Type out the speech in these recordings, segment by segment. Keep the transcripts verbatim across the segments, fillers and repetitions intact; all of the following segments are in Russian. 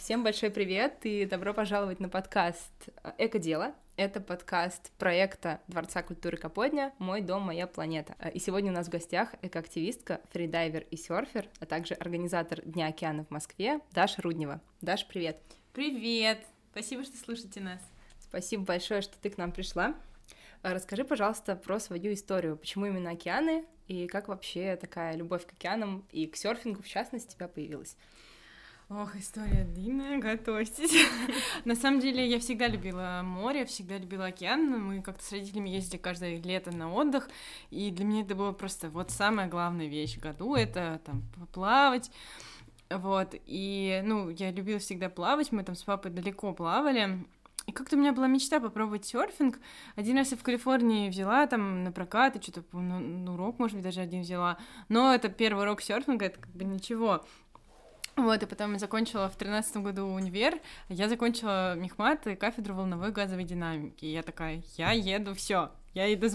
Всем большой привет и добро пожаловать на подкаст «Эко-дело». Это подкаст проекта Дворца культуры Каподня «Мой дом, моя планета». И сегодня у нас в гостях экоактивистка, фридайвер и серфер, а также организатор Дня океана в Москве Даша Руднева. Даш, привет! Привет! Спасибо, что слушаете нас. Спасибо большое, что ты к нам пришла. Расскажи, пожалуйста, про свою историю. Почему именно океаны и как вообще такая любовь к океанам и к серфингу, в частности, у тебя появилась? Ох, история длинная, готовьтесь. На самом деле, я всегда любила море, всегда любила океан. Мы как-то с родителями ездили каждое лето на отдых, и для меня это было просто вот самая главная вещь в году, это там плавать. Вот, и, ну, я любила всегда плавать, мы там с папой далеко плавали. И как-то у меня была мечта попробовать серфинг. Один раз я в Калифорнии взяла там на прокат, и что-то, ну, ну, урок, может быть, даже один взяла. Но это первый урок серфинга, это как бы ничего. Вот, и потом я закончила в тринадцатом году универ, я закончила мехмат и кафедру волновой газовой динамики. И я такая, я еду, все, я иду,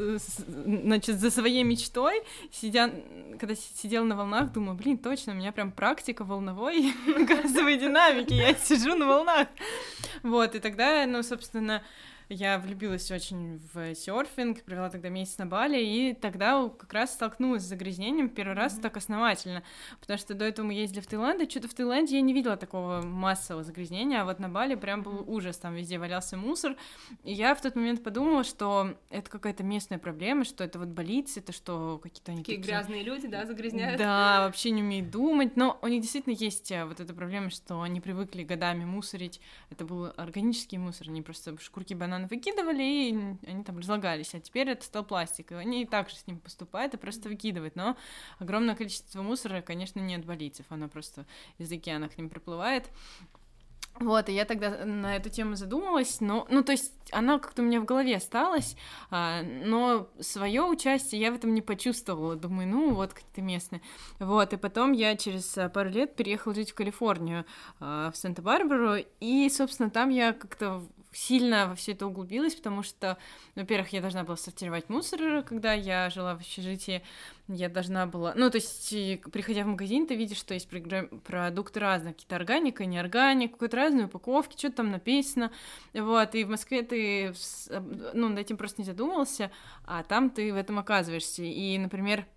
значит, за своей мечтой, сидя, когда сидела на волнах, думаю, блин, точно, у меня прям практика волновой газовой динамики, я сижу на волнах. Вот, и тогда, ну, собственно, я влюбилась очень в серфинг, провела тогда месяц на Бали, и тогда как раз столкнулась с загрязнением первый раз mm-hmm. так основательно, потому что до этого мы ездили в Таиланд, и что-то в Таиланде я не видела такого массового загрязнения, а вот на Бали прям был ужас, там везде валялся мусор, и я в тот момент подумала, что это какая-то местная проблема, что это вот балийцы, это что какие-то они такие такие... грязные люди, да, загрязняют? Да, вообще не умеют думать, но у них действительно есть вот эта проблема, что они привыкли годами мусорить, это был органический мусор, они просто шкурки бананов выкидывали, и они там разлагались, а теперь это стал пластик, и они и так же с ним поступают и просто выкидывают, но огромное количество мусора, конечно, не от балийцев, оно просто из океана к ним приплывает. Вот, и я тогда на эту тему задумалась, но, ну, то есть она как-то у меня в голове осталась, а, но свое участие я в этом не почувствовала, думаю, ну, вот какие-то местные. Вот, и потом я через пару лет переехала жить в Калифорнию, а, в Санта-Барбару, и, собственно, там я как-то сильно во все это углубилась, потому что, во-первых, я должна была сортировать мусор, когда я жила в общежитии, я должна была... Ну, то есть, приходя в магазин, ты видишь, что есть продукты разные, какие-то органика, неорганик, какой-то разные упаковки, что-то там написано, вот, и в Москве ты, ну, над этим просто не задумывался, а там ты в этом оказываешься, и, например,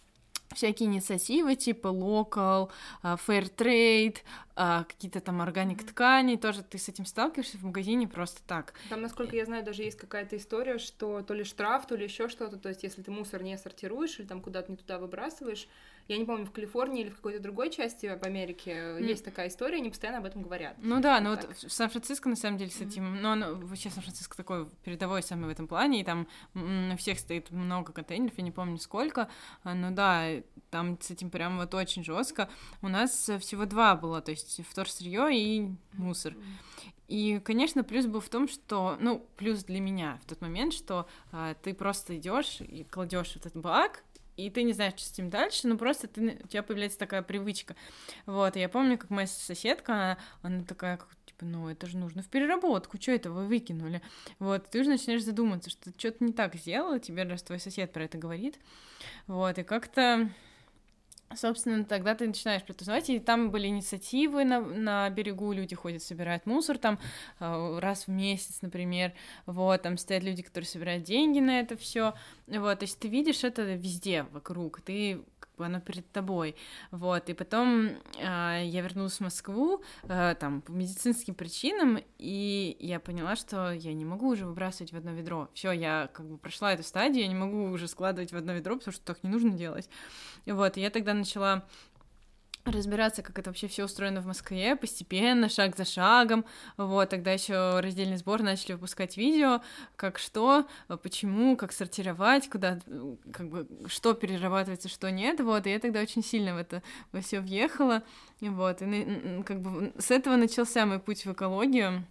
всякие инициативы типа Local, Fair Trade, какие-то там органик ткани, тоже ты с этим сталкиваешься в магазине просто так. Там, насколько я знаю, даже есть какая-то история, что то ли штраф, то ли еще что-то, то есть если ты мусор не сортируешь или там куда-то не туда выбрасываешь, я не помню, в Калифорнии или в какой-то другой части в Америке mm. есть такая история, они постоянно об этом говорят. Ну да, но вот, вот в Сан-Франциско, на самом деле, с этим... Mm-hmm. Ну, оно, вообще Сан-Франциско такой передовой самый в этом плане, и там на всех стоит много контейнеров, я не помню сколько, но да, там с этим прям вот очень жестко. У нас всего два было, то есть вторсырье и мусор. Mm-hmm. И, конечно, плюс был в том, что, ну, плюс для меня в тот момент, что а, ты просто идешь и кладешь этот бак, и ты не знаешь, что с этим дальше, но просто ты, у тебя появляется такая привычка. Вот, и я помню, как моя соседка, она, она такая, как, типа, ну, это же нужно в переработку, что это вы выкинули? Вот, ты уже начинаешь задуматься, что ты что-то не так сделала, тебе раз твой сосед про это говорит. Вот, и как-то... Собственно, тогда ты начинаешь предузнавать, и там были инициативы на, на берегу, люди ходят, собирают мусор там э, раз в месяц, например, вот, там стоят люди, которые собирают деньги на это все, вот, то есть ты видишь это везде вокруг, ты, как бы, оно перед тобой, вот, и потом э, я вернулась в Москву, э, там, по медицинским причинам, и я поняла, что я не могу уже выбрасывать в одно ведро, все, я, как бы, прошла эту стадию, я не могу уже складывать в одно ведро, потому что так не нужно делать, вот, и я тогда начала разбираться, как это вообще все устроено в Москве, постепенно, шаг за шагом, вот, тогда еще раздельный сбор начали выпускать видео, как что, почему, как сортировать, куда, как бы, что перерабатывается, что нет, вот, и я тогда очень сильно в это во все въехала, вот, и как бы с этого начался мой путь в экологию.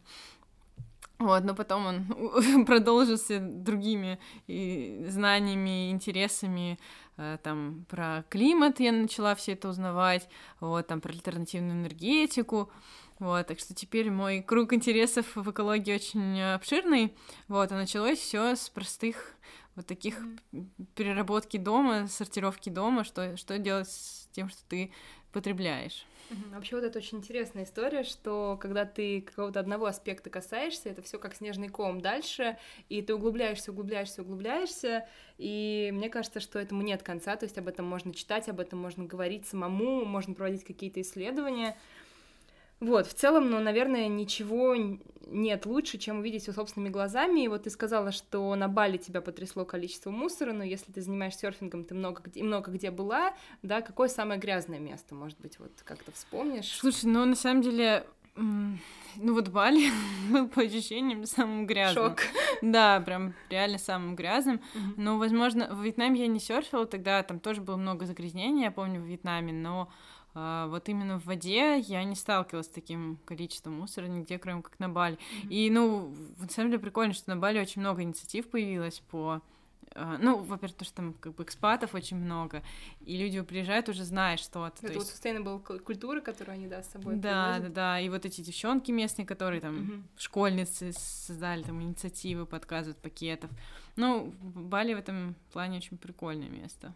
Вот, но потом он продолжился другими и знаниями, интересами, там, про климат я начала все это узнавать, вот, там, про альтернативную энергетику, вот, так что теперь мой круг интересов в экологии очень обширный, вот, а началось все с простых вот таких mm-hmm. переработки дома, сортировки дома, что, что делать с тем, что ты потребляешь. Вообще вот это очень интересная история, что когда ты какого-то одного аспекта касаешься, это все как снежный ком дальше, и ты углубляешься, углубляешься, углубляешься, и мне кажется, что этому нет конца, то есть об этом можно читать, об этом можно говорить самому, можно проводить какие-то исследования. Вот, в целом, ну, наверное, ничего нет лучше, чем увидеть все собственными глазами. И вот ты сказала, что на Бали тебя потрясло количество мусора, но если ты занимаешься серфингом, ты много где, много где была, да, какое самое грязное место, может быть, вот как-то вспомнишь? Слушай, ну, на самом деле, ну, вот Бали был по ощущениям самым грязным. Шок. Да, прям реально самым грязным. Uh-huh. Но, возможно, в Вьетнаме я не серфила, тогда там тоже было много загрязнений, я помню, в Вьетнаме, но Uh, вот именно в воде я не сталкивалась с таким количеством мусора нигде, кроме как на Бали. Mm-hmm. И, ну, на самом деле прикольно, что на Бали очень много инициатив появилось по... Uh, ну, во-первых, потому что там как бы экспатов очень много, и люди приезжают, уже зная что-то. Это вот есть... sustainable культура, которую они, да, с собой да, привозят. Да, да, и вот эти девчонки местные, которые там, mm-hmm. школьницы создали там инициативы, подказывают пакетов. Ну, Бали в этом плане очень прикольное место.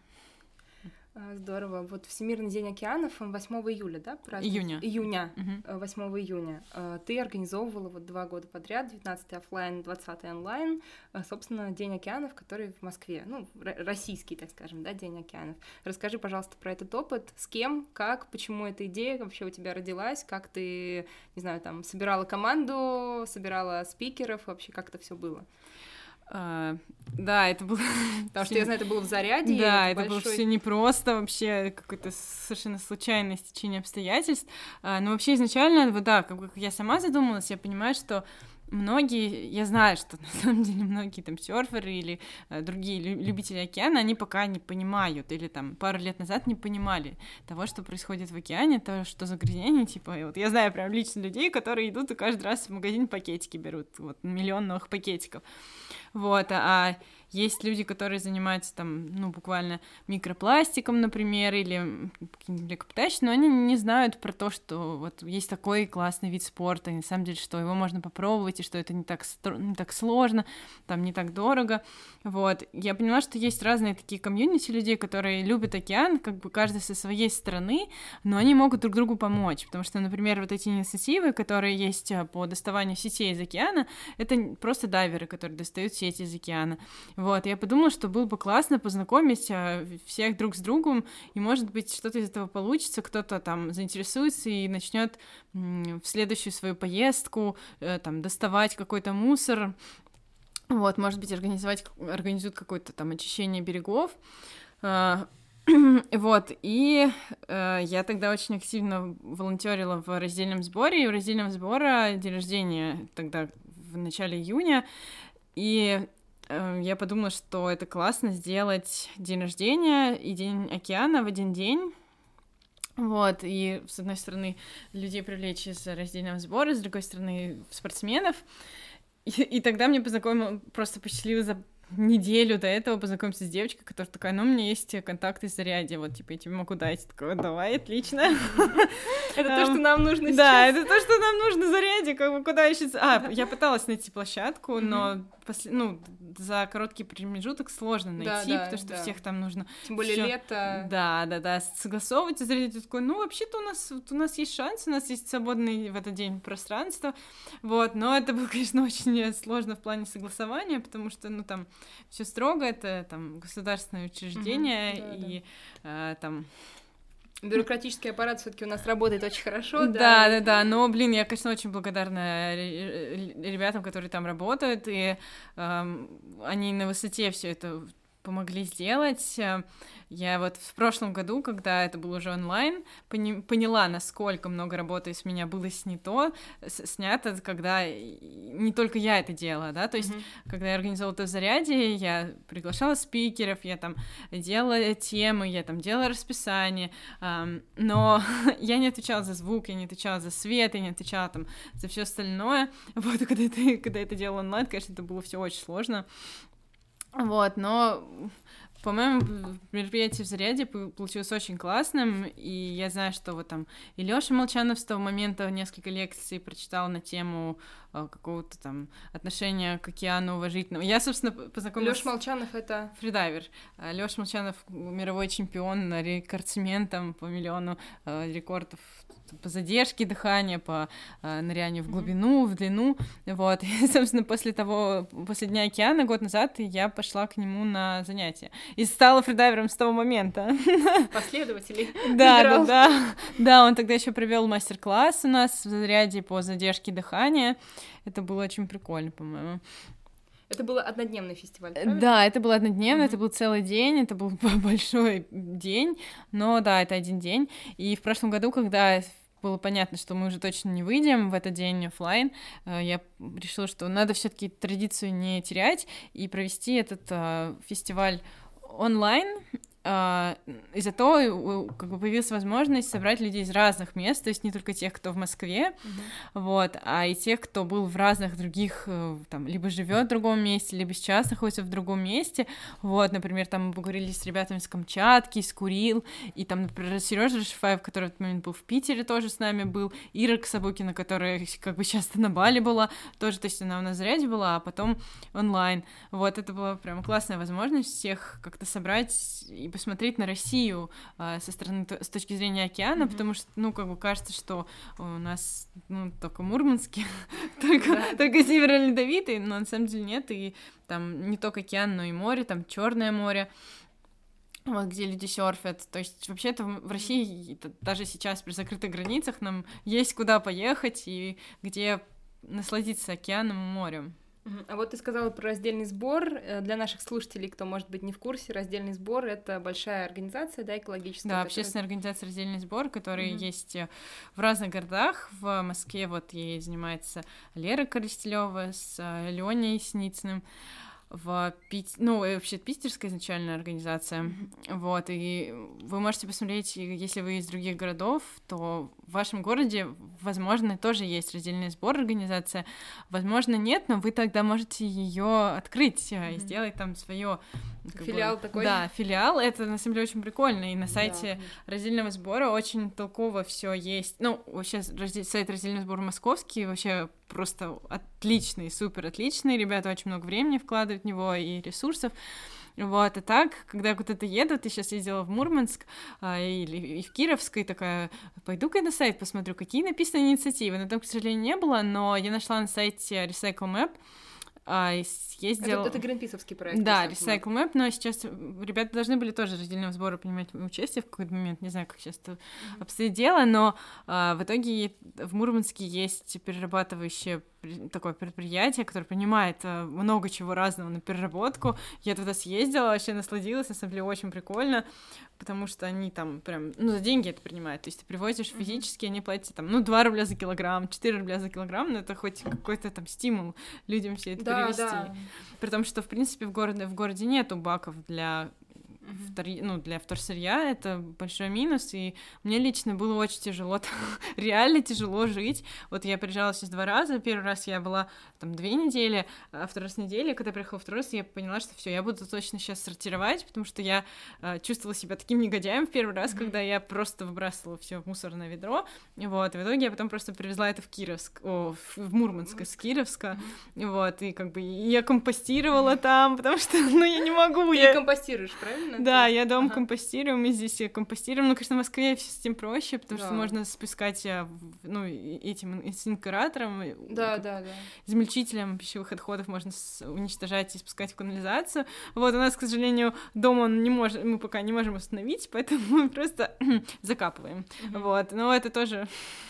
Здорово. Вот Всемирный день океанов восьмого июля, да? Праздник? Июня. Июня, uh-huh. восьмого июня. Ты организовывала вот два года подряд, девятнадцатый офлайн, двадцатый онлайн, собственно, День океанов, который в Москве, ну, российский, так скажем, да, День океанов. Расскажи, пожалуйста, про этот опыт, с кем, как, почему эта идея вообще у тебя родилась, как ты, не знаю, там, собирала команду, собирала спикеров, вообще как это все было? Uh, да, это было... Потому что, я знаю, это было в Заряде. Да, это, это большой... было все непросто, вообще какое-то совершенно случайное стечение обстоятельств. Uh, но вообще изначально, вот да, как я сама задумалась, я понимаю, что многие, я знаю, что на самом деле многие там серферы или э, другие любители океана, они пока не понимают, или там пару лет назад не понимали того, что происходит в океане, то, что загрязнение, типа, вот я знаю прям лично людей, которые идут и каждый раз в магазин пакетики берут, вот, миллион новых пакетиков. Вот, а есть люди, которые занимаются там, ну, буквально микропластиком, например, или каким-то млекопитающим, но они не знают про то, что вот есть такой классный вид спорта, и на самом деле, что его можно попробовать, и что это не так, не так сложно, там, не так дорого, вот. Я поняла, что есть разные такие комьюнити людей, которые любят океан, как бы каждый со своей стороны, но они могут друг другу помочь, потому что, например, вот эти инициативы, которые есть по доставанию сетей из океана, это просто дайверы, которые достают сети из океана. Вот, я подумала, что было бы классно познакомить всех друг с другом, и, может быть, что-то из этого получится, кто-то там заинтересуется и начнет в следующую свою поездку там доставать какой-то мусор, вот, может быть, организовать, организуют какое-то там очищение берегов, вот, и э, я тогда очень активно волонтерила в раздельном сборе, и в раздельном сборе день рождения тогда в начале июня, и я подумала, что это классно сделать день рождения и день океана в один день. Вот, и с одной стороны людей привлечь из раздельного сбора, с другой стороны спортсменов. И, и тогда мне познакомила, просто посчастливилось за неделю до этого познакомиться с девочкой, которая такая, ну, у меня есть контакты из Зарядье, вот, типа, я тебе могу дать. Такая, давай, отлично. Это то, что нам нужно сейчас. Да, это то, что нам нужно, Зарядье, как бы, куда еще... А, я пыталась найти площадку, но, ну, за короткий промежуток сложно найти, потому что всех там нужно... Тем более лето. Да, да, да, согласовывать, и Зарядье такой, ну, вообще-то у нас, у нас есть шанс, у нас есть свободное в этот день пространство, вот, но это было, конечно, очень сложно в плане согласования, потому что, ну, там, все строго, это там государственное учреждение, mm-hmm, да, и да. Э, там... Бюрократический аппарат все-таки у нас работает очень хорошо, да? Да, да, да, но, блин, я, конечно, очень благодарна ребятам, которые там работают, и э, они на высоте все это помогли сделать. Я вот в прошлом году, когда это было уже онлайн, пони- поняла, насколько много работы с меня было снято, с- снято, когда не только я это делала, да, то есть, mm-hmm. когда я организовала это в Заряде, я приглашала спикеров, я там делала темы, я там делала расписание, эм, но я не отвечала за звук, я не отвечала за свет, я не отвечала там за все остальное, вот, и когда это, когда это делала онлайн, конечно, это было все очень сложно. Вот, но По-моему, мероприятие в Зарядье получилось очень классным, и я знаю, что вот там и Лёша Молчанов с того момента несколько лекций прочитал на тему э, какого-то там отношения к океану уважительного. Я, собственно, познакомилась... Лёша Молчанов — это... Фридайвер. Лёша Молчанов — мировой чемпион, рекордсмен там по миллиону э, рекордов по задержке дыхания, по э, нырянию в глубину, в длину, вот, и, собственно, после того, после Дня океана, год назад, я пошла к нему на занятия, и стала фридайвером с того момента. Последователей. Да, да, да, да, он тогда еще провел мастер-класс у нас в Зарядье по задержке дыхания, это было очень прикольно, по-моему. Это был однодневный фестиваль, правильно? Да, это был однодневный, mm-hmm. это был целый день, это был большой день, но да, это один день, и в прошлом году, когда было понятно, что мы уже точно не выйдем в этот день офлайн, я решила, что надо все-таки традицию не терять и провести этот uh, фестиваль онлайн. Uh, и зато как бы появилась возможность собрать людей из разных мест, то есть не только тех, кто в Москве, uh-huh. вот, а и тех, кто был в разных других, там, либо живет в другом месте, либо сейчас находится в другом месте, вот, например, там мы поговорили с ребятами с Камчатки, с Курил, и там, например, Сережа Шифаев, который в этот момент был в Питере, тоже с нами был, Ира Кособукина, которая как бы часто на Бали была, тоже, то есть она у нас в Зарядье была, а потом онлайн, вот, это была прям классная возможность всех как-то собрать и посмотреть на Россию а, со стороны, с точки зрения океана, mm-hmm. потому что, ну, как бы кажется, что у нас, ну, только Мурманский, только, yeah. только Северо-Ледовитый, но на самом деле нет, и там не только океан, но и море, там Черное море, вот, где люди серфят, то есть вообще-то в России даже сейчас при закрытых границах нам есть куда поехать и где насладиться океаном и морем. А вот ты сказала про раздельный сбор. Для наших слушателей, кто, может быть, не в курсе, раздельный сбор — это большая организация, да, экологическая? Да, которая... общественная организация «Раздельный сбор», которая mm-hmm. есть в разных городах. В Москве вот ей занимается Лера Коростелёва с Леней Синицыным. В Пит... ну, вообще питерская изначальная организация, mm-hmm. вот, и вы можете посмотреть, если вы из других городов, то в вашем городе, возможно, тоже есть раздельный сбор организация, возможно, нет, но вы тогда можете ее открыть mm-hmm. и сделать там свое филиал бы... такой. Да, филиал, это на самом деле очень прикольно, и на сайте да. раздельного сбора очень толково все есть, ну, вообще сайт раздельного сбора московский, вообще просто отличный, супер отличный, ребята очень много времени вкладывают в него и ресурсов, вот, и так, когда я куда-то еду, ты сейчас ездила в Мурманск а, или и в Кировск, и такая, пойду-ка я на сайт посмотрю, какие написаны инициативы, но там, к сожалению, не было, но я нашла на сайте Recycle Map, а, ездил... Это, это гринписовский проект. Да, Recycle Map, но сейчас ребята должны были тоже раздельного сбора принимать участие в какой-то момент, не знаю, как сейчас это mm-hmm. обстоит дело, но а, в итоге в Мурманске есть перерабатывающее такое предприятие, которое принимает а, много чего разного на переработку. Я туда съездила, вообще насладилась, на самом деле очень прикольно, потому что они там прям, ну, за деньги это принимают, то есть ты привозишь mm-hmm. физически, они платят там, ну, два рубля за килограмм, четыре рубля за килограмм, но это хоть какой-то там стимул людям все это да, перевести. Да. При том, что, в принципе, в городе, в городе нету баков для... Mm-hmm. Втори... ну, для вторсырья, это большой минус, и мне лично было очень тяжело, реально тяжело жить. Вот я приезжала сейчас два раза, первый раз я была там две недели, а второй раз неделю, когда я приехала второй раз, я поняла, что все, я буду точно сейчас сортировать, потому что я э, чувствовала себя таким негодяем в первый раз, mm-hmm. когда я просто выбрасывала все в мусорное ведро, вот, и в итоге я потом просто привезла это в Кировск, о, в Мурманск из Кировска, mm-hmm. вот, и как бы я компостировала там, потому что, ну, я не могу. Ты я... компостируешь, правильно? Да, я дома ага. компостирую, мы здесь компостируем. Ну, конечно, в Москве все с этим проще, потому да. что можно спускать, ну, этим инсинератором, да, да, да. измельчителем пищевых отходов можно уничтожать и спускать в канализацию. Вот, у нас, к сожалению, дома он не может, мы пока не можем установить, поэтому мы просто закапываем. Угу. Вот, но это тоже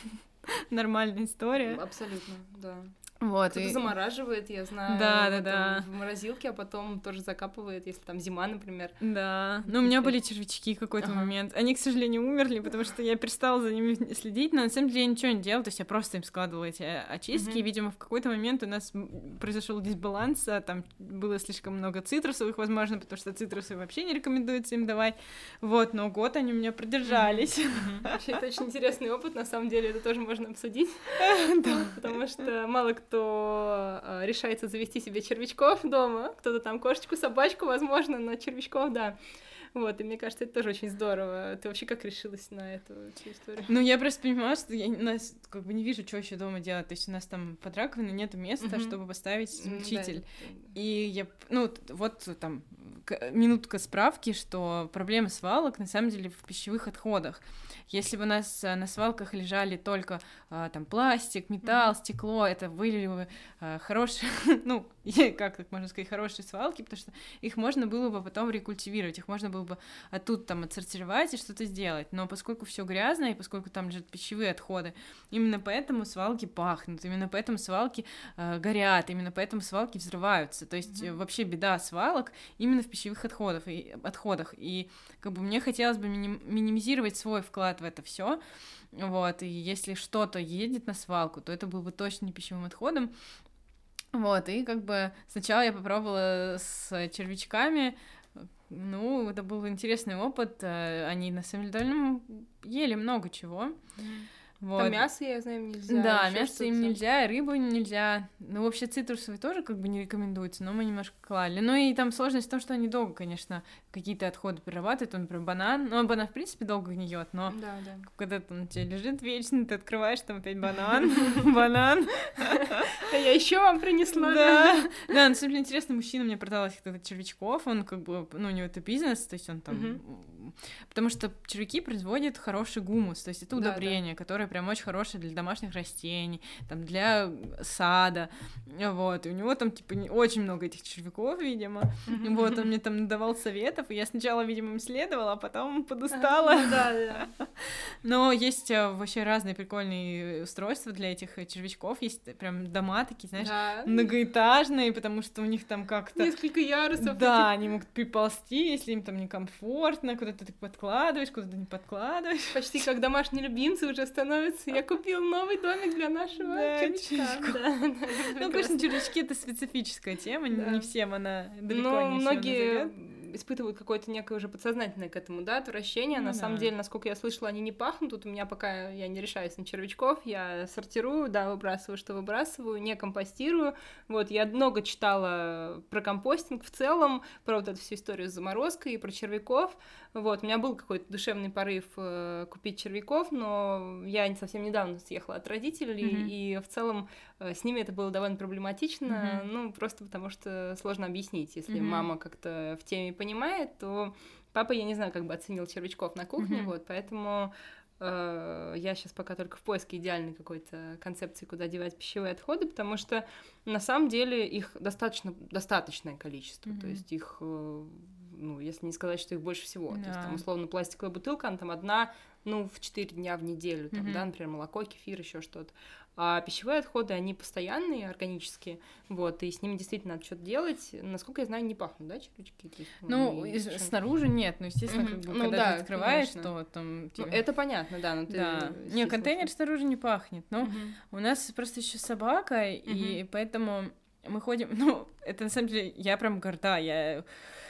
нормальная история. Абсолютно, да. Вот, кто-то и... замораживает, я знаю, да, да, да. в морозилке, а потом тоже закапывает, если там зима, например. Да, но у меня были червячки в какой-то ага. момент. Они, к сожалению, умерли, потому что я перестала за ними следить, но на самом деле я ничего не делала, то есть я просто им складывала эти очистки, угу. и, видимо, в какой-то момент у нас произошел дисбаланс, там было слишком много цитрусовых, возможно, потому что цитрусы вообще не рекомендуется им давать, вот, но год они у меня продержались. Вообще, это очень интересный опыт, на самом деле, это тоже можно обсудить, потому что мало кто решается завести себе червячков дома, кто-то там кошечку, собачку, возможно, но червячков, да. Вот, и мне кажется, это тоже очень здорово. Ты вообще как решилась на эту историю? Ну, я просто понимала, что я у нас как бы не вижу, что еще дома делать. То есть у нас там под раковиной нету места, mm-hmm. чтобы поставить смягчитель. Mm-hmm. Да, и я, ну, вот там минутка справки, что проблема свалок на самом деле в пищевых отходах. Если бы у нас на свалках лежали только а, там пластик, металл, mm-hmm. стекло, это были бы а, хорошие, ну, как так можно сказать, хорошие свалки, потому что их можно было бы потом рекультивировать, их можно было бы оттуда там отсортировать и что-то сделать. Но поскольку все грязно, и поскольку там лежат пищевые отходы, именно поэтому свалки пахнут, именно поэтому свалки а, горят, именно поэтому свалки взрываются. То есть mm-hmm. вообще беда свалок именно в пищевых отходах и отходах. И как бы мне хотелось бы миним- минимизировать свой вклад в это все, вот, и если что-то едет на свалку, то это был бы точно не пищевым отходом, вот, и как бы сначала я попробовала с червячками, ну, это был интересный опыт, они на самом деле довольно ели много чего. Вот. Там мясо, я знаю, нельзя. Да, мясо им нельзя, и рыбу нельзя. Ну, вообще цитрусовые тоже как бы не рекомендуется, но мы немножко клали. Ну, и там сложность в том, что они долго, конечно, какие-то отходы перерабатывают. Например, банан. Ну, банан, в принципе, долго гниет, но да, да. когда он у тебя лежит вечно, ты открываешь, там опять банан, банан. Я еще вам принесла. Да, да, на самом деле интересно, мужчина мне продал этих червячков, он как бы, ну, у него это бизнес, то есть он там... Потому что червяки производят хороший гумус, то есть это удобрение, которое прям очень хорошее для домашних растений, там, для сада, вот, и у него там, типа, очень много этих червяков, видимо, mm-hmm. вот, он мне там давал советов, и я сначала, видимо, им следовала, а потом подустала, да, да. Но есть вообще разные прикольные устройства для этих червячков, есть прям дома такие, знаешь, да. многоэтажные, потому что у них там как-то... Несколько ярусов. Да, этих... они могут приползти, если им там некомфортно, куда-то ты подкладываешь, куда-то не подкладываешь. Почти как домашние любимцы уже становятся. Я купил новый домик для нашего да, червячка. Да, да, ну, конечно, червячки — это специфическая тема, да. не всем она далеко Но не многие испытывают какое-то некое уже подсознательное к этому, да, отвращение. Ну, на да. самом деле, насколько я слышала, они не пахнут. Тут у меня пока я не решаюсь на червячков, я сортирую, да, выбрасываю, что выбрасываю, не компостирую. Вот, я много читала про компостинг в целом, про вот эту всю историю с заморозкой и про червяков. Вот, у меня был какой-то душевный порыв э, купить червяков, но я не совсем недавно съехала от родителей, mm-hmm. и в целом э, с ними это было довольно проблематично, mm-hmm. ну, просто потому что сложно объяснить. Если mm-hmm. мама как-то в теме понимает, то папа, я не знаю, как бы оценил червячков на кухне, mm-hmm. вот, поэтому э, я сейчас пока только в поиске идеальной какой-то концепции, куда девать пищевые отходы, потому что на самом деле их достаточно, достаточное количество, mm-hmm. то есть их... Э, ну, если не сказать, что их больше всего. Да. То есть, там, условно, пластиковая бутылка, она там одна, ну, в четыре дня в неделю, там, mm-hmm. да, например, молоко, кефир, еще что-то. А пищевые отходы, они постоянные, органические, вот, и с ними действительно надо что-то делать. Насколько я знаю, не пахнут, да, червячки? То есть, ну, и... снаружи нет, но, естественно, mm-hmm. как бы, ну, когда да, ты открываешь, конечно. то там... Ну, это понятно, да, но ты... Да. Не, контейнер снаружи не пахнет, но mm-hmm. у нас просто еще собака, mm-hmm. и поэтому мы ходим... Ну, это, на самом деле, я прям горда, я...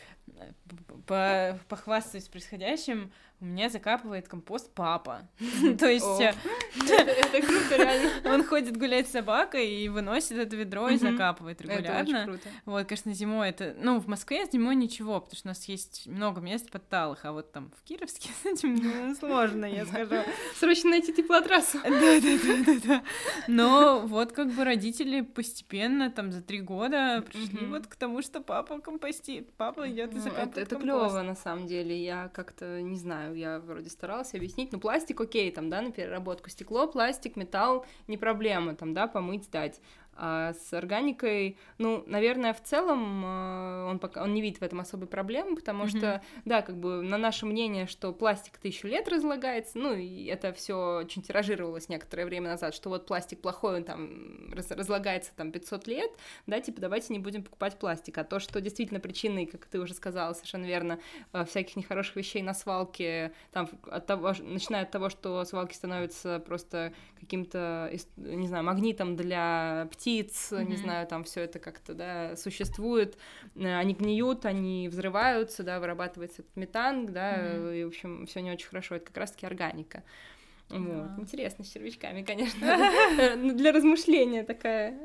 По похвастаюсь происходящим, у меня закапывает компост папа. То есть... Это круто, реально. Он ходит гулять с собакой и выносит это ведро и закапывает регулярно. Это очень круто. Вот, конечно, зимой это... Ну, в Москве зимой ничего, потому что у нас есть много мест подталых, а вот там в Кировске с этим сложно, я скажу. Срочно найти теплотрассу. Да-да-да. Но вот как бы родители постепенно, там, за три года пришли вот к тому, что папа компостит. Папа идет и закапывает Это клево на самом деле. Я как-то, не знаю, я вроде старалась объяснить, ну, пластик окей, там, да, на переработку, стекло, пластик, металл, не проблема, там, да, помыть, сдать. А с органикой, ну, наверное, в целом он пока он не видит в этом особой проблемы, потому mm-hmm. что, да, как бы на наше мнение, что пластик тысячу лет разлагается, ну, и это все очень тиражировалось некоторое время назад, что вот пластик плохой, он там раз, разлагается там пятьсот лет, да, типа давайте не будем покупать пластик, а то, что действительно причиной, как ты уже сказала, совершенно верно, всяких нехороших вещей на свалке, там, от того, начиная от того, что свалки становятся просто каким-то, не знаю, магнитом для птиц, птиц, mm-hmm. не знаю, там все это как-то, да, существует, они гниют, они взрываются, да, вырабатывается этот метан, да, mm-hmm. и, в общем, все не очень хорошо, это как раз-таки органика. Вот, Да. интересно, с червячками, конечно. Для размышления такая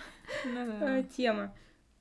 тема.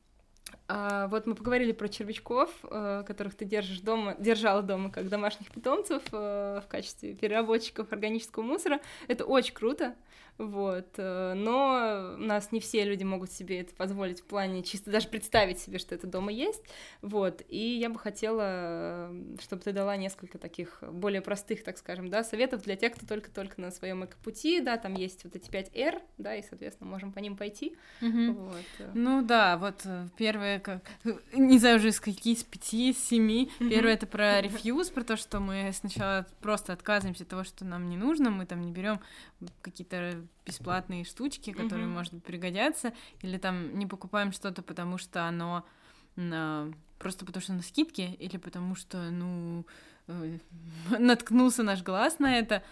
А, вот мы поговорили про червячков, э, которых ты держишь дома, держала дома как домашних питомцев э, в качестве переработчиков органического мусора. Это очень круто, вот. э, Но у нас не все люди могут себе это позволить в плане чисто даже представить себе, что это дома есть, вот. И я бы хотела, э, чтобы ты дала несколько таких более простых, так скажем, да, советов для тех, кто только-только на своем эко-пути, да, там есть вот эти пять эр, да, и, соответственно, можем по ним пойти. Мгм. Вот. Ну да, вот э, первое, как не знаю уже из каких, из пяти, из семи. Мгм. Первое это про рефьюз, про то, что мы сначала просто отказываемся от того, что нам не нужно, мы там не берем какие-то бесплатные штучки, которые, Мгм. может быть, пригодятся, или там не покупаем что-то, потому что оно на... просто потому что на скидке, или потому что, ну, э, наткнулся наш глаз на это.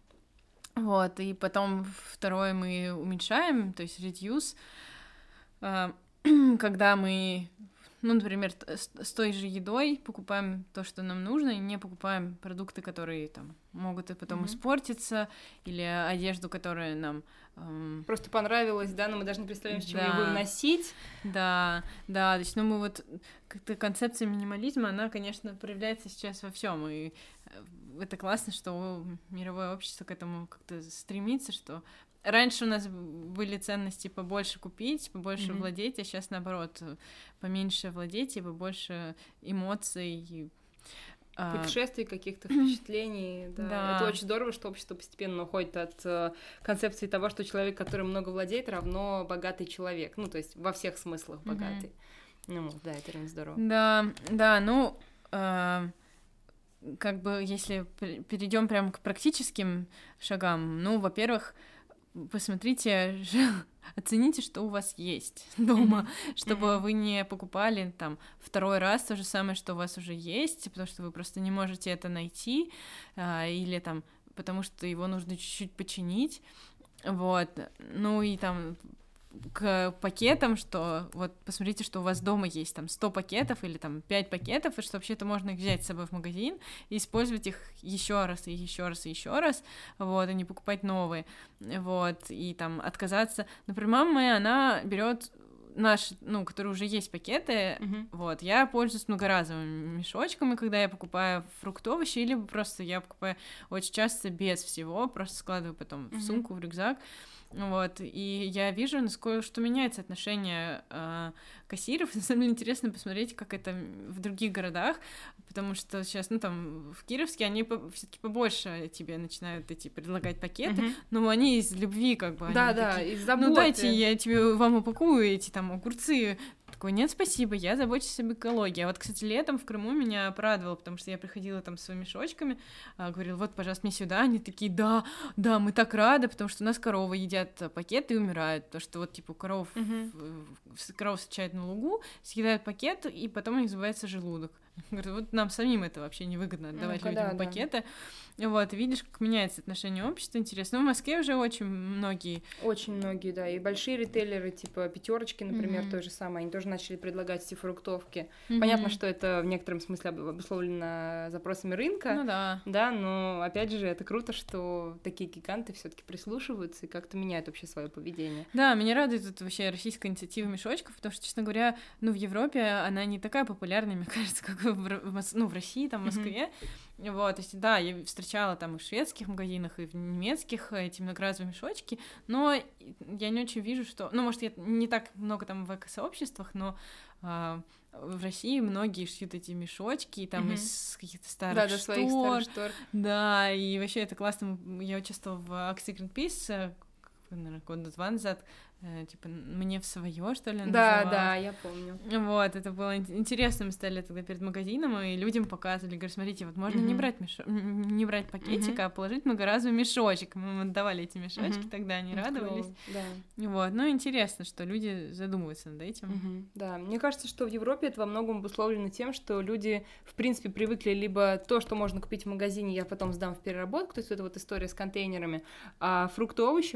Вот, и потом второе мы уменьшаем, то есть reduce, а, когда мы, ну, например, т- с с той же едой покупаем то, что нам нужно, и не покупаем продукты, которые там могут и потом Мгм. испортиться, или одежду, которая нам... эм, Просто понравилось, да, но мы даже не представляем, с чем ее Да. будем носить. Да, да, то есть, ну, мы вот, как-то концепция минимализма, она, конечно, проявляется сейчас во всем, и э, это классно, что мировое общество к этому как-то стремится, что раньше у нас были ценности побольше купить, побольше Мгм. владеть, а сейчас, наоборот, э, поменьше владеть и побольше эмоций. и, а, Путешествий, каких-то впечатлений, да. Да. Это очень здорово, что общество постепенно уходит от э, концепции того, что человек, который много владеет, равно богатый человек. Ну, то есть во всех смыслах Мгм. богатый. Ну, да, это реально здорово. Да, да, ну, а, как бы, если перейдем прямо к практическим шагам, ну, во-первых, посмотрите, оцените, что у вас есть дома, чтобы Мгм. вы не покупали там второй раз то же самое, что у вас уже есть, потому что вы просто не можете это найти, а, или там потому что его нужно чуть-чуть починить, вот, ну и там к пакетам, что вот посмотрите, что у вас дома есть там сто пакетов или там пять пакетов, и что вообще-то можно их взять с собой в магазин и использовать их еще раз и еще раз и еще раз, вот, и не покупать новые, вот, и там отказаться. Например, мама моя, она берет наши, ну, которые уже есть пакеты, Мгм. вот, я пользуюсь многоразовыми мешочками, когда я покупаю фрукты, овощи, или просто я покупаю очень часто без всего, просто складываю потом в Мгм. сумку, в рюкзак. Вот, и я вижу, насколько что меняется отношение э, кассиров. На самом деле интересно посмотреть, как это в других городах, потому что сейчас, ну, там, в Кировске они по- все-таки побольше тебе начинают эти предлагать пакеты, Мгм. но они из любви, как бы, они Да, да, такие, из заботы. ну, дайте, я тебе вам упакую эти там огурцы. Такой, нет, спасибо, я забочусь об экологии. А вот, кстати, летом в Крыму меня порадовало, потому что я приходила там с своими мешочками, а, говорила, вот, пожалуйста, мне сюда. Они такие, да, да, мы так рады, потому что у нас коровы едят пакеты и умирают. То, что вот, типа, у коров, Мгм. в- коров встречают на лугу, съедают пакет, и потом у них забывается желудок. Говорю, вот нам самим это вообще невыгодно отдавать Ну-ка, людям да, да. пакеты. Вот, и видишь, как меняется отношение общества, интересно. Ну, в Москве уже очень многие... Очень многие, да, и большие ритейлеры, типа пятерочки, например, Мгм. той же самой, они тоже начали предлагать эти фруктовки. Понятно, что это в некотором смысле об- обусловлено запросами рынка, Ну да. да, но опять же, это круто, что такие гиганты все-таки прислушиваются и как-то меняют вообще свое поведение. Да, меня радует это вообще российская инициатива мешочков, потому что, честно говоря, ну, в Европе она не такая популярная, мне кажется, как в, Р- в Мос- ну, в России, там, в Москве. Вот, то есть, да, я встречала там и в шведских магазинах, и в немецких эти многоразовые мешочки, но я не очень вижу, что... Ну, может, я не так много там в эко-сообществах, но а, в России многие шьют эти мешочки, там, Мгм. из каких-то старых Да, до штор. своих старых штор. Да, и вообще это классно. Я участвовала в акции Greenpeace, э, как, наверное, года два назад, э, типа «Мне в своё», что ли, Да, называлось. да, я помню. Вот, это было ин- интересно, мы стояли тогда перед магазином, и людям показывали, говорят, смотрите, вот можно не Мгм. брать мешо... м, не брать пакетик, Мгм. а положить многоразовый мешочек. Мы им отдавали эти мешочки, Мгм. тогда они Это радовались. клево, Да. Вот, ну, интересно, что люди задумываются над этим. Мгм. Да, мне кажется, что в Европе это во многом обусловлено тем, что люди, в принципе, привыкли либо то, что можно купить в магазине, я потом сдам в переработку, то есть это вот история с контейнерами, а фрукты, овощи, мне кажется,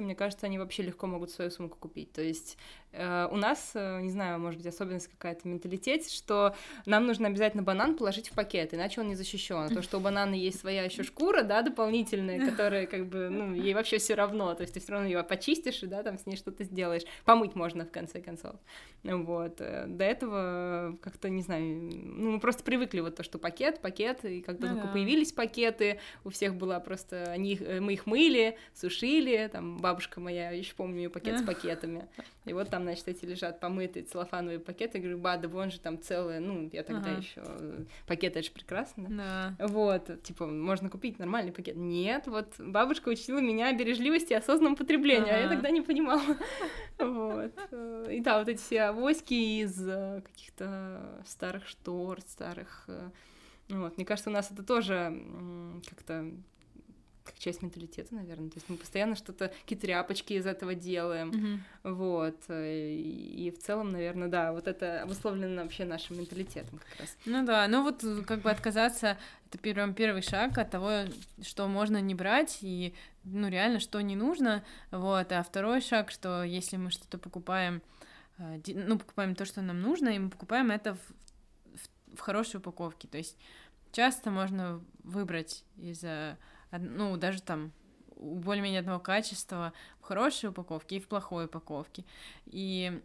что они вообще легко могут свою сумку купить. То есть э, у нас, э, не знаю, может быть, особенность какая-то в менталитете, что нам нужно обязательно банан положить в пакет, иначе он не защищен. А то, что у банана есть своя еще шкура, да, дополнительная, которая как бы, ну, ей вообще все равно. То есть ты все равно ее почистишь и, да, там с ней что-то сделаешь. Помыть можно, в конце концов. Вот. До этого как-то, не знаю, ну, мы просто привыкли вот то, что пакет, пакет, и когда ну, только да. появились пакеты, у всех была просто, они, мы их мыли, сушили, там бабушка моя, еще помню ее пакет с пакетами, и вот там, значит, эти лежат помытые целлофановые пакеты, я говорю, ба, да вон же там целые, ну, я тогда ага. еще, пакеты, это же прекрасно, да. Вот, типа, можно купить нормальный пакет. Нет, вот бабушка учила меня бережливости и осознанному потреблению, ага. а я тогда не понимала, вот, и да, вот эти все авоськи из каких-то старых штор, старых... Вот. Мне кажется, у нас это тоже как-то как часть менталитета, наверное. То есть мы постоянно что-то, какие-то тряпочки из этого делаем. Mm-hmm. Вот. И, и в целом, наверное, да, вот это обусловлено вообще нашим менталитетом как раз. Ну да, ну вот как бы отказаться, это прям первый шаг от того, что можно не брать и, ну, реально, что не нужно. Вот. А второй шаг, что если мы что-то покупаем, ну, покупаем то, что нам нужно, и мы покупаем это в, в, в хорошей упаковке. То есть часто можно выбрать из, ну, даже там более-менее одного качества в хорошей упаковке и в плохой упаковке. И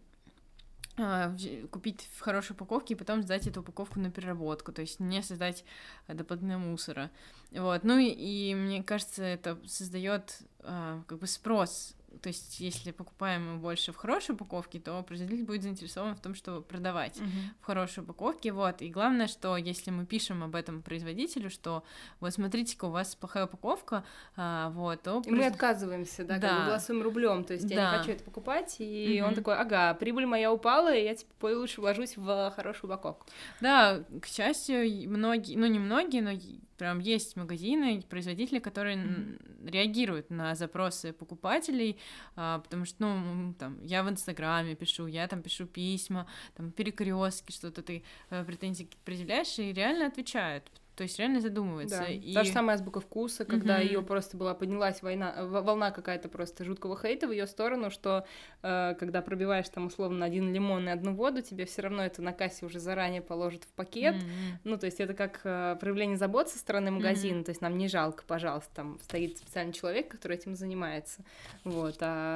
а, купить в хорошей упаковке и потом сдать эту упаковку на переработку, то есть не создать дополнительного мусора. Вот. Ну и, и мне кажется, это создает а, как бы спрос. То есть, если покупаем мы больше в хорошей упаковке, то производитель будет заинтересован в том, чтобы продавать uh-huh. в хорошей упаковке, вот. И главное, что если мы пишем об этом производителю, что вот смотрите-ка, у вас плохая упаковка, а, вот, то... И мы отказываемся, да, да. как бы голосуем рублем, то есть да. я не хочу это покупать, и uh-huh. он такой, ага, прибыль моя упала, и я типа лучше вложусь в хорошую упаковку. Да, к счастью, многие, ну не многие, но прям есть магазины, производители, которые mm-hmm. реагируют на запросы покупателей, а, потому что, ну, там, я в Инстаграме пишу, я там пишу письма, там, перекрестки, что-то ты а, претензии предъявляешь, и реально отвечают. То есть реально задумывается. Да. И... Та же самая азбука вкуса, когда mm-hmm. ее просто была поднялась война, волна какая-то просто жуткого хейта в ее сторону, что э, когда пробиваешь там условно один лимон и одну воду, тебе все равно это на кассе уже заранее положат в пакет. Mm-hmm. Ну, то есть это как э, проявление заботы со стороны магазина, mm-hmm. то есть нам не жалко, пожалуйста, там стоит специальный человек, который этим занимается. Вот,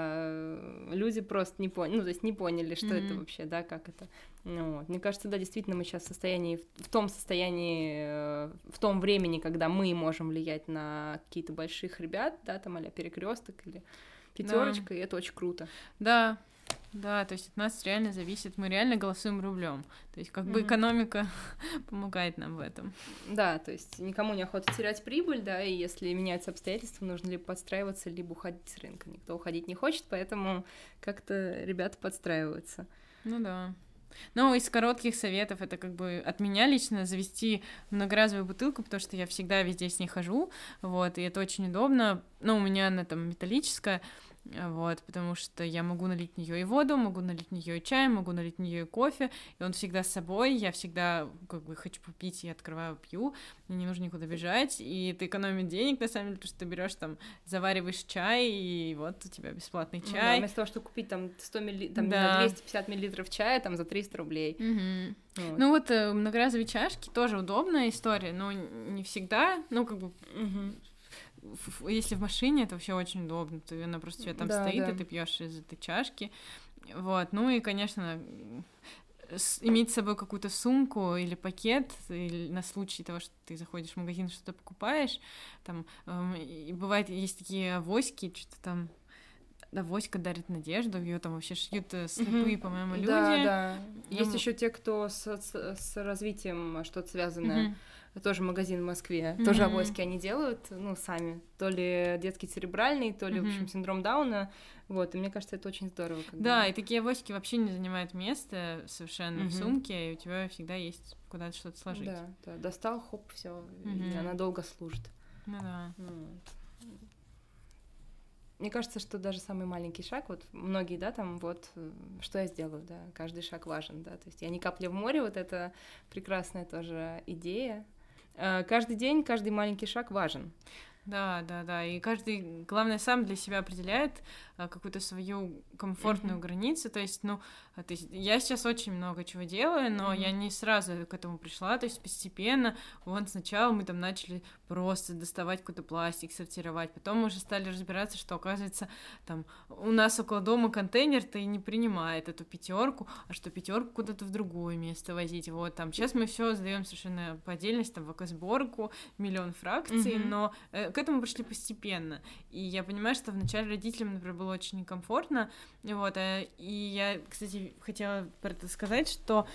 а люди просто не поняли, ну, то есть не поняли, что mm-hmm. это вообще, да, как это. Ну, вот. Мне кажется, да, действительно, мы сейчас в состоянии, в том состоянии, в том времени, когда мы можем влиять на какие-то больших ребят, да, там а-ля Перекресток или Пятерочка, да. И это очень круто. Да, да, то есть от нас реально зависит, мы реально голосуем рублем, то есть как mm-hmm. бы экономика помогает нам в этом. Да, то есть никому не охота терять прибыль, да, и если меняются обстоятельства, нужно либо подстраиваться, либо уходить с рынка. Никто уходить не хочет, поэтому как-то ребята подстраиваются. Ну да. Ну, из коротких советов это как бы от меня лично завести многоразовую бутылку, потому что я всегда везде с ней хожу, вот, и это очень удобно. Ну, у меня она там металлическая, вот, потому что я могу налить в нее и воду, могу налить в нее и чай, могу налить в нее и кофе, и он всегда с собой, я всегда как бы хочу попить, я открываю, пью, мне не нужно никуда бежать, и это экономит денег, на самом деле, потому что ты берешь там, завариваешь чай, и вот у тебя бесплатный чай. Ну, да, вместо того, чтобы купить там сто миллилитров, там, да. двести пятьдесят миллилитров чая, там, за триста рублей. Угу. Вот. Ну вот многоразовые чашки тоже удобная история, но не всегда, ну как бы... Угу. Если в машине, это вообще очень удобно, ты, она просто у тебя там да, стоит, да. и ты пьешь из этой чашки, вот, ну и, конечно, с, иметь с собой какую-то сумку или пакет, или на случай того, что ты заходишь в магазин, что-то покупаешь, там, эм, и бывает, есть такие авоськи, что-то там, авоська дарит надежду, ее там вообще шьют слепые, mm-hmm. по-моему, люди. Да, да, есть ну... еще те, кто с, с, с развитием что-то связанное, mm-hmm. Тоже магазин в Москве, mm-hmm. тоже авоськи они делают, ну, сами. То ли детский церебральный, то ли, mm-hmm. в общем, синдром Дауна. Вот, и мне кажется, это очень здорово. Когда... Да, и такие авоськи вообще не занимают места совершенно mm-hmm. в сумке, и у тебя всегда есть куда-то что-то сложить. Да, да, достал, хоп, все, mm-hmm. и она долго служит. Ну да. Вот. Мне кажется, что даже самый маленький шаг, вот многие, да, там, вот, что я сделаю, да, каждый шаг важен, да, то есть я не капля в море, вот это прекрасная тоже идея. Каждый день, каждый маленький шаг важен. Да, да, да. И каждый, главное, сам для себя определяет а, какую-то свою комфортную mm-hmm. границу. То есть, ну, то есть я сейчас очень много чего делаю, но mm-hmm. я не сразу к этому пришла. То есть постепенно, вон сначала мы там начали просто доставать какой-то пластик, сортировать. Потом мы уже стали разбираться, что, оказывается, там у нас около дома контейнер-то и не принимает эту пятерку, а что пятерку куда-то в другое место возить. Вот там сейчас мы все сдаем совершенно по отдельности, там в экосборку, миллион фракций, mm-hmm. но э, к этому пришли постепенно. И я понимаю, что вначале родителям, например, было очень некомфортно. Вот, э, и я, кстати, хотела про это сказать, что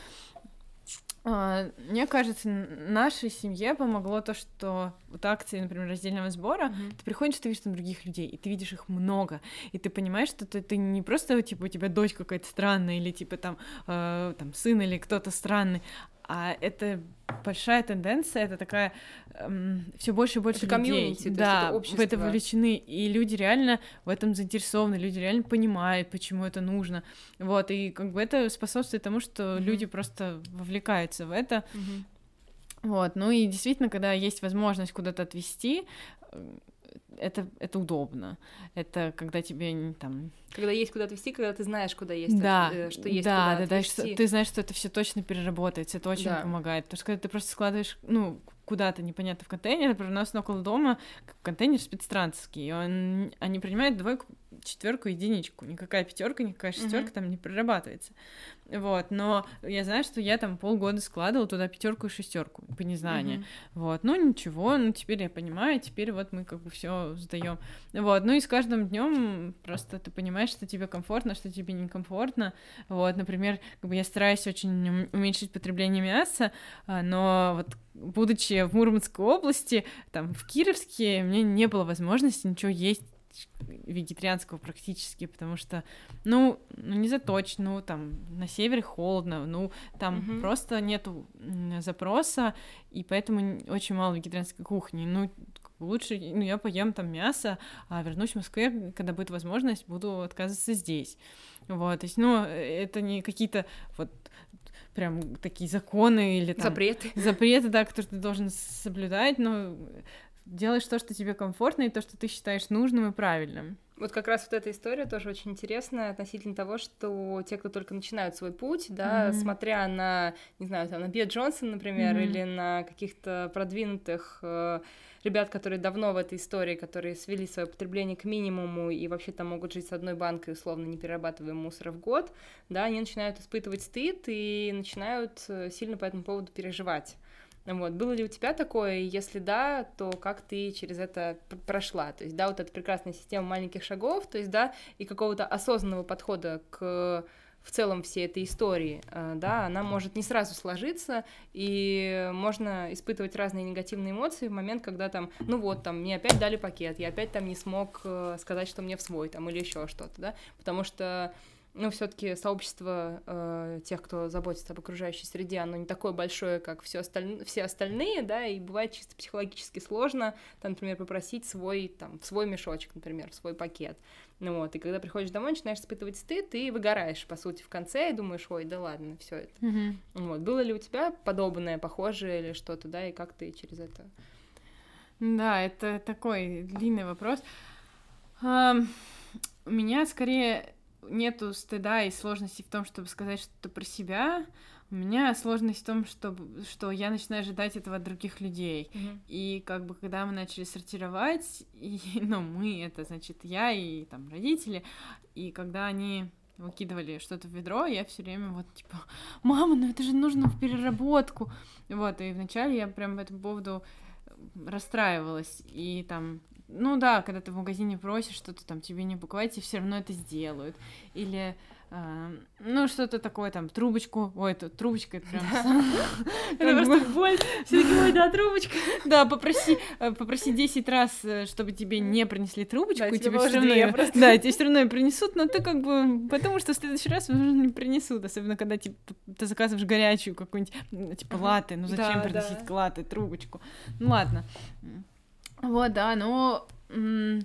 Uh, мне кажется, нашей семье помогло то, что вот акции, например, раздельного сбора, mm-hmm. ты приходишь, ты видишь там других людей, и ты видишь их много, и ты понимаешь, что ты, ты не просто, типа, у тебя дочь какая-то странная, или, типа, там, э, там сын или кто-то странный, а это большая тенденция, это такая эм, все больше и больше это людей, комьюнити, да, это общество. В это вовлечены, и люди реально в этом заинтересованы, люди реально понимают, почему это нужно, вот, и как бы это способствует тому, что mm-hmm. люди просто вовлекаются в это, mm-hmm. вот, ну и действительно, когда есть возможность куда-то отвезти, это, это удобно. Это когда тебе там... Когда есть куда отвезти, когда ты знаешь, куда есть, да, от... что есть да, куда да, отвезти. Да, что, ты знаешь, что это все точно переработается, это очень да. помогает. Потому что когда ты просто складываешь, ну, куда-то непонятно в контейнер, например, у нас около дома контейнер спецтрансовский, и он, они принимают двойку, четверку, единичку. Никакая пятерка, никакая шестерка uh-huh. там не прорабатывается. Вот, но я знаю, что я там полгода складывала туда пятерку и шестерку по незнанию. Uh-huh. Вот, ну ничего, ну теперь я понимаю, теперь вот мы как бы все сдаем. Вот, ну и с каждым днем просто ты понимаешь, что тебе комфортно, что тебе некомфортно. Вот, например, как бы я стараюсь очень уменьшить потребление мяса, но вот будучи в Мурманской области, там в Кировске, мне не было возможности ничего есть вегетарианского практически, потому что, ну, ну не заточь, ну, там, на севере холодно, ну, там mm-hmm. просто нету запроса, и поэтому очень мало вегетарианской кухни, ну, лучше, ну, я поем там мясо, а вернусь в Москве, когда будет возможность, буду отказываться здесь, вот, то есть, ну, это не какие-то вот прям такие законы или там... Запреты. Запреты, да, которые ты должен соблюдать, но... Делаешь то, что тебе комфортно, и то, что ты считаешь нужным и правильным. Вот как раз вот эта история тоже очень интересная относительно того, что те, кто только начинают свой путь, да, mm-hmm. смотря на, не знаю, там, на Бет Джонсон, например, mm-hmm. или на каких-то продвинутых э, ребят, которые давно в этой истории, которые свели свое потребление к минимуму и вообще там могут жить с одной банкой, условно, не перерабатывая мусор в год, да, они начинают испытывать стыд и начинают сильно по этому поводу переживать. Вот. Было ли у тебя такое? Если да, то как ты через это прошла? То есть, да, вот эта прекрасная система маленьких шагов, то есть, да, и какого-то осознанного подхода к в целом всей этой истории, да, она может не сразу сложиться, и можно испытывать разные негативные эмоции в момент, когда там, ну вот, там, мне опять дали пакет, я опять там не смог сказать, что мне в свой, там, или еще что-то, да, потому что ну, все-таки сообщество э, тех, кто заботится об окружающей среде, оно не такое большое, как все, осталь... все остальные, да, и бывает чисто психологически сложно, там, например, попросить свой, там, в свой мешочек, например, в свой пакет. Ну вот, и когда приходишь домой, начинаешь испытывать стыд, и выгораешь, по сути, в конце, и думаешь, ой, да ладно, все это. Mm-hmm. Вот, было ли у тебя подобное, похожее или что-то, да, и как ты через это? Да, это такой длинный вопрос. Um, у меня скорее... нету стыда и сложности в том, чтобы сказать что-то про себя. У меня сложность в том, что, что я начинаю ожидать этого от других людей. Mm-hmm. И как бы когда мы начали сортировать, и, ну, мы, это значит я и там родители, и когда они выкидывали что-то в ведро, я все время вот типа, мама, ну это же нужно в переработку. Вот, и вначале я прям по этому поводу расстраивалась, и там ну да, когда ты в магазине просишь что-то там тебе не покупать, тебе все равно это сделают. Или, э, ну, что-то такое, там, трубочку. Ой, это трубочка, это прям... Это просто боль. Все-таки, ой, да, трубочка. Да, попроси попроси десять раз, чтобы тебе не принесли трубочку, и тебе все равно... Да, тебе все равно ее принесут, но ты как бы... Потому что в следующий раз, возможно, не принесут. Особенно, когда ты заказываешь горячую какую-нибудь, типа, латте. Ну, зачем приносить латте, трубочку? Ну, ладно. Вот, да, но м-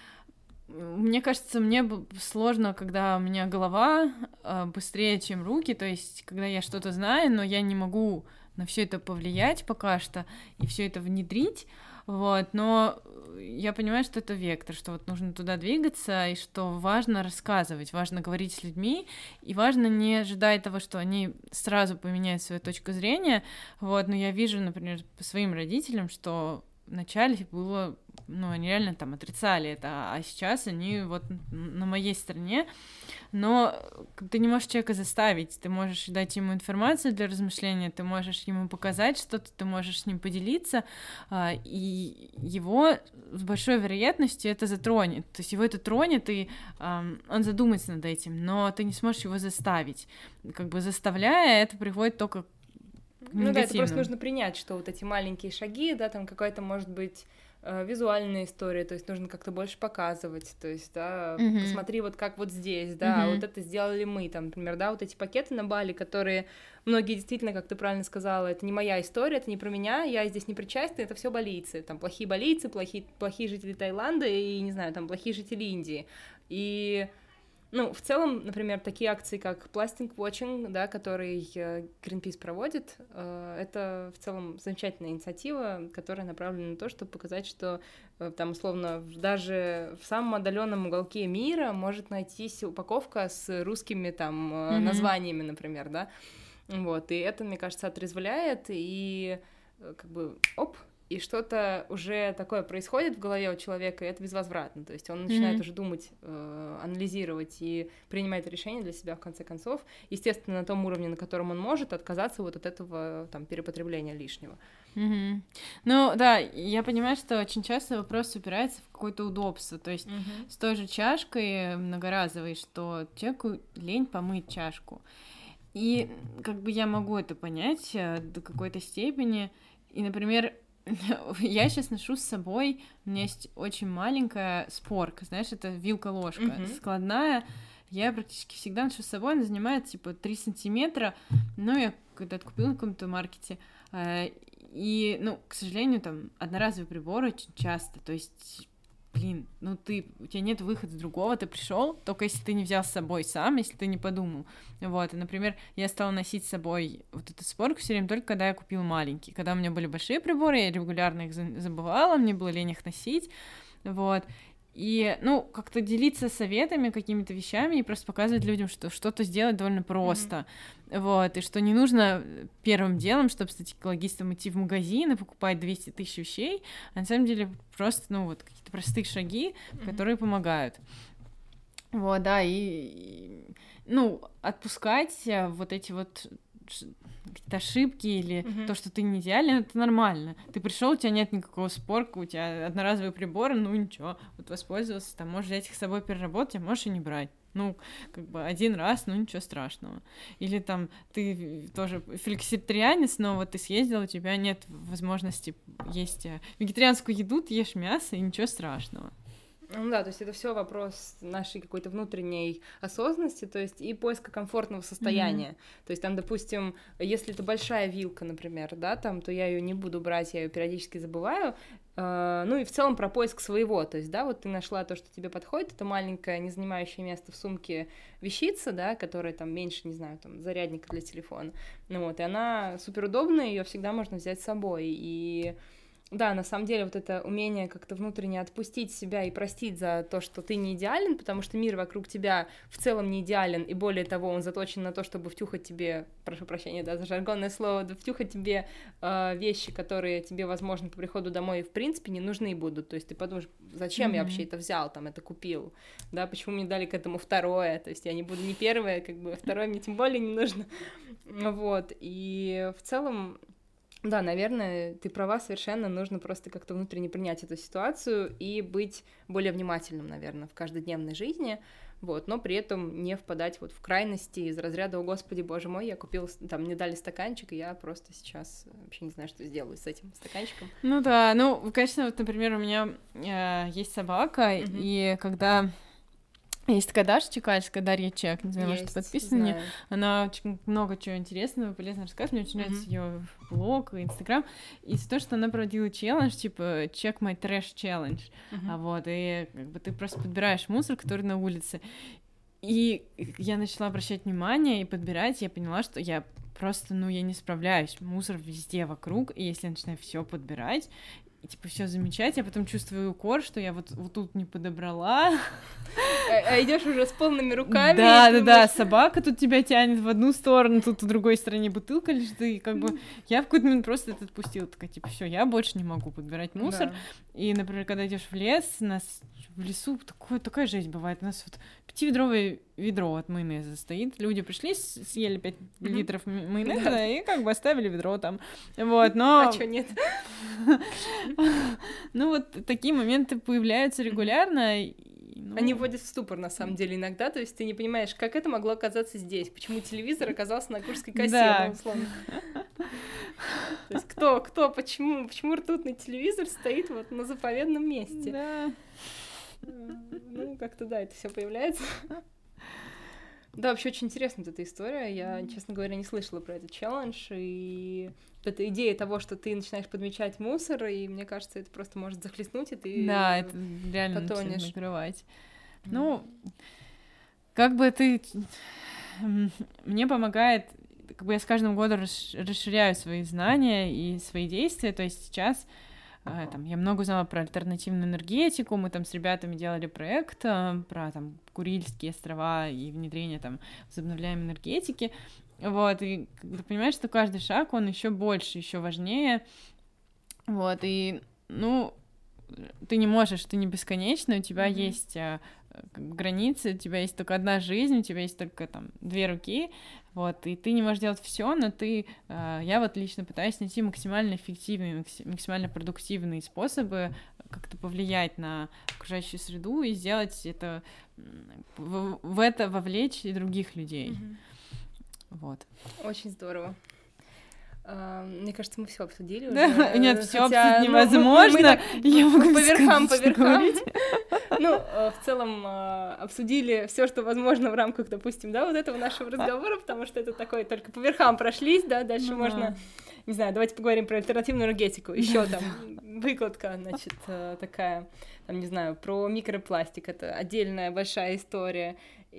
мне кажется, мне сложно, когда у меня голова э, быстрее, чем руки, то есть, когда я что-то знаю, но я не могу на все это повлиять пока что и все это внедрить, вот, но я понимаю, что это вектор, что вот нужно туда двигаться, и что важно рассказывать, важно говорить с людьми, и важно не ожидать того, что они сразу поменяют свою точку зрения, вот, но я вижу, например, по своим родителям, что вначале было, ну, они реально там отрицали это, а сейчас они вот на моей стороне, но ты не можешь человека заставить, ты можешь дать ему информацию для размышления, ты можешь ему показать что-то, ты можешь с ним поделиться, и его с большой вероятностью это затронет, то есть его это тронет, и он задумается над этим, но ты не сможешь его заставить, как бы заставляя, это приводит только ну да, это просто нужно принять, что вот эти маленькие шаги, да, там какая-то, может быть, визуальная история, то есть нужно как-то больше показывать, то есть, да, mm-hmm. посмотри вот как вот здесь, да, mm-hmm. вот это сделали мы, там, например, да, вот эти пакеты на Бали, которые многие действительно, как ты правильно сказала, это не моя история, это не про меня, я здесь не причастна, это все балийцы, там, плохие балийцы, плохие, плохие жители Таиланда и, не знаю, там, плохие жители Индии, и... Ну, в целом, например, такие акции, как Plastic Watching, да, который Greenpeace проводит, это в целом замечательная инициатива, которая направлена на то, чтобы показать, что там, условно, даже в самом отдаленном уголке мира может найтись упаковка с русскими там mm-hmm. названиями, например, да, вот, и это, мне кажется, отрезвляет, и как бы, оп, и что-то уже такое происходит в голове у человека, и это безвозвратно, то есть он начинает mm-hmm. уже думать, э, анализировать и принимать решения для себя в конце концов, естественно, на том уровне, на котором он может отказаться вот от этого там перепотребления лишнего. Mm-hmm. Ну да, я понимаю, что очень часто вопрос упирается в какое-то удобство, то есть mm-hmm. с той же чашкой многоразовой, что человеку лень помыть чашку, и как бы я могу это понять до какой-то степени, и, например, я сейчас ношу с собой, у меня есть очень маленькая спорка, знаешь, это вилка-ложка, mm-hmm. складная, я практически всегда ношу с собой, она занимает, типа, три сантиметра, но я когда-то купила на каком-то маркете, и, ну, к сожалению, там, одноразовые приборы очень часто, то есть... Блин, ну ты, у тебя нет выхода другого, ты пришел, только если ты не взял с собой сам, если ты не подумал. Вот, и, например, я стала носить с собой вот эту спорку все время только когда я купила маленький. Когда у меня были большие приборы, я регулярно их забывала, мне было лень их носить, вот. И, ну, как-то делиться советами, какими-то вещами и просто показывать людям, что что-то сделать довольно просто, mm-hmm. вот, и что не нужно первым делом, чтобы стать экологистом, идти в магазин и покупать двести тысяч вещей, а на самом деле просто, ну, вот, какие-то простые шаги, mm-hmm. которые помогают. Вот, да, и, и, ну, отпускать вот эти вот какие-то ошибки или uh-huh. то, что ты не идеален, это нормально. Ты пришел, у тебя нет никакого спорка, у тебя одноразовые приборы, ну ничего, вот воспользовался, там, можешь взять их с собой переработать, а можешь и не брать. Ну, как бы один раз, ну ничего страшного. Или там ты тоже флекситарианец, но вот ты съездил, у тебя нет возможности есть вегетарианскую еду, ты ешь мясо, и ничего страшного. Ну да, то есть это все вопрос нашей какой-то внутренней осознанности, то есть и поиска комфортного состояния. Mm-hmm. То есть там, допустим, если это большая вилка, например, да, там, то я ее не буду брать, я ее периодически забываю. Uh, ну и в целом про поиск своего, то есть, да, вот ты нашла то, что тебе подходит, это маленькая, не занимающая место в сумке вещица, да, которая там меньше, не знаю, там, зарядника для телефона, ну вот, и она суперудобная, ее всегда можно взять с собой, и... Да, на самом деле вот это умение как-то внутренне отпустить себя и простить за то, что ты не идеален, потому что мир вокруг тебя в целом не идеален, и более того, он заточен на то, чтобы втюхать тебе, прошу прощения, да, за жаргонное слово, да, втюхать тебе э, вещи, которые тебе, возможно, по приходу домой в принципе не нужны будут, то есть ты подумаешь, зачем mm-hmm. я вообще это взял, там, это купил, да, почему мне дали к этому второе, то есть я не буду не первое, как бы, второе мне тем более не нужно, вот, и в целом... Да, наверное, ты права совершенно, нужно просто как-то внутренне принять эту ситуацию и быть более внимательным, наверное, в каждодневной жизни, вот, но при этом не впадать вот в крайности из разряда «О, Господи, Боже мой, я купил, там, мне дали стаканчик, и я просто сейчас вообще не знаю, что сделаю с этим стаканчиком». Ну да, ну, конечно, вот, например, у меня э, есть собака, mm-hmm. и когда... Есть такая Даша Чекальская, Дарья Чек, не знаю, есть, может, подписана мне. Она очень много чего интересного, полезного рассказывает. Мне очень mm-hmm. нравится ее блог, инстаграм. И то, что она проводила челлендж, типа Check My Trash Challenge. Mm-hmm. А вот, и как бы ты просто подбираешь мусор, который на улице. И я начала обращать внимание и подбирать, и я поняла, что я просто, ну, я не справляюсь. Мусор везде вокруг, и если я начинаю все подбирать, и, типа, все замечать, я потом чувствую укор, что я вот, вот тут не подобрала. А идешь уже с полными руками. Да, да, да, собака тут тебя тянет в одну сторону, тут в другой стороне бутылка лежит, и как бы я в какой-то момент просто это отпустила, такая, типа, все, я больше не могу подбирать мусор. И, например, когда идешь в лес, у нас в лесу такое, такая жесть бывает, у нас вот пятиведровое ведро от майонеза стоит, люди пришли, съели пять литров майонеза и как бы оставили ведро там, вот, но... А чё нет? Ну вот такие моменты появляются регулярно. Ну... Они вводят в ступор, на самом деле, иногда, то есть ты не понимаешь, как это могло оказаться здесь, почему телевизор оказался на Курской косе, да. ну, условно. То есть кто, кто, почему, почему ртутный телевизор стоит вот на заповедном месте? Да. Ну, как-то да, это все появляется. Да, вообще очень интересная эта история. Я, честно говоря, не слышала про этот челлендж. И вот эта идея того, что ты начинаешь подмечать мусор, и мне кажется, это просто может захлестнуть, и ты да, это реально потонешь. начинает накрывать. Mm. Ну, как бы ты... Мне помогает... Как бы я с каждым годом расширяю свои знания и свои действия. То есть сейчас... Там, я много узнала про альтернативную энергетику, мы там с ребятами делали проект про там Курильские острова и внедрение там возобновляемой энергетики, вот, и ты понимаешь, что каждый шаг, он еще больше, еще важнее, вот, и, ну, ты не можешь, ты не бесконечный, у тебя mm-hmm. есть а, границы, у тебя есть только одна жизнь, у тебя есть только там две руки, вот, и ты не можешь делать все, но ты, а, я вот лично пытаюсь найти максимально эффективные, максимально продуктивные способы как-то повлиять на окружающую среду и сделать это, в, в это вовлечь и других людей, mm-hmm. вот. Очень здорово. Мне кажется, мы все обсудили да, уже. Нет, все Хотя, обсудить ну, невозможно. Мы, мы так, я могу по верхам, по верхам. Ну, в целом, обсудили все, что возможно в рамках, допустим, да, вот этого нашего разговора, потому что это такое, только по верхам прошлись, да, дальше ну, можно, не знаю, давайте поговорим про альтернативную энергетику. Еще там выкладка, значит, такая, там, не знаю, про микропластик. Это отдельная большая история.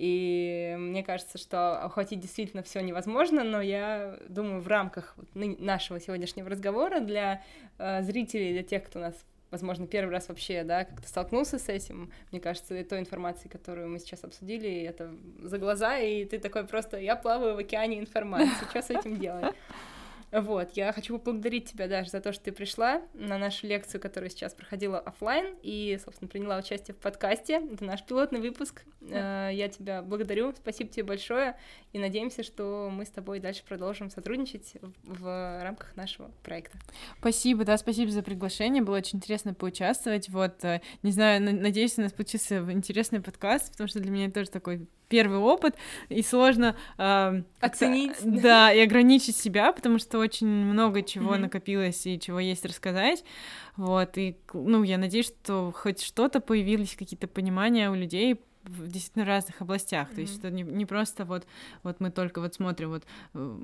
И мне кажется, что охватить действительно все невозможно, но я думаю, в рамках нашего сегодняшнего разговора для э, зрителей, для тех, кто нас, возможно, первый раз вообще, да, как-то столкнулся с этим, мне кажется, той информации, которую мы сейчас обсудили, это за глаза, и ты такой просто, я плаваю в океане информации, что с этим делать? Вот, я хочу поблагодарить тебя, Даша, за то, что ты пришла на нашу лекцию, которая сейчас проходила офлайн, и, собственно, приняла участие в подкасте. Это наш пилотный выпуск. Да. Я тебя благодарю, спасибо тебе большое, и надеемся, что мы с тобой дальше продолжим сотрудничать в рамках нашего проекта. Спасибо, да, спасибо за приглашение, было очень интересно поучаствовать. Вот, не знаю, надеюсь, у нас получился интересный подкаст, потому что для меня это тоже такой первый опыт, и сложно э, оценить, да, и ограничить себя, потому что очень много чего mm-hmm. накопилось и чего есть рассказать, вот, и, ну, я надеюсь, что хоть что-то появились, какие-то понимания у людей в действительно разных областях, mm-hmm. то есть это не, не просто вот, вот мы только вот смотрим вот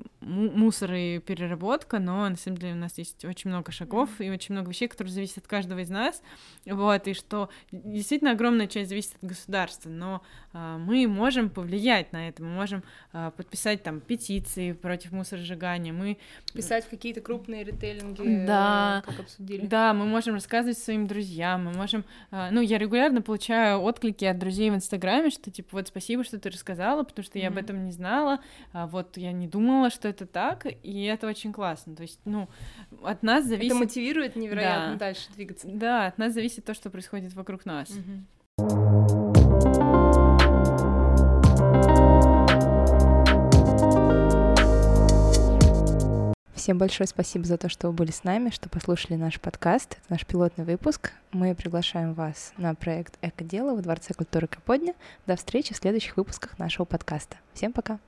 мусор и переработка, но на самом деле у нас есть очень много шагов mm-hmm. и очень много вещей, которые зависят от каждого из нас, вот, и что действительно огромная часть зависит от государства, но а, мы можем повлиять на это, мы можем а, подписать там петиции против мусоросжигания, мы... Писать в какие-то крупные ритейлинги, да, как обсудили. Да, мы можем рассказывать своим друзьям, мы можем... А, ну, я регулярно получаю отклики от друзей в Инстаграме, что типа вот спасибо, что ты рассказала, потому что mm-hmm. я об этом не знала, а вот я не думала, что это так, и это очень классно. То есть, ну, от нас зависит... Это мотивирует невероятно да. дальше двигаться. Да, от нас зависит то, что происходит вокруг нас. Mm-hmm. Всем большое спасибо за то, что вы были с нами, что послушали наш подкаст. Это наш пилотный выпуск. Мы приглашаем вас на проект «Эко-дело» в Дворце культуры Каподня. До встречи в следующих выпусках нашего подкаста. Всем пока!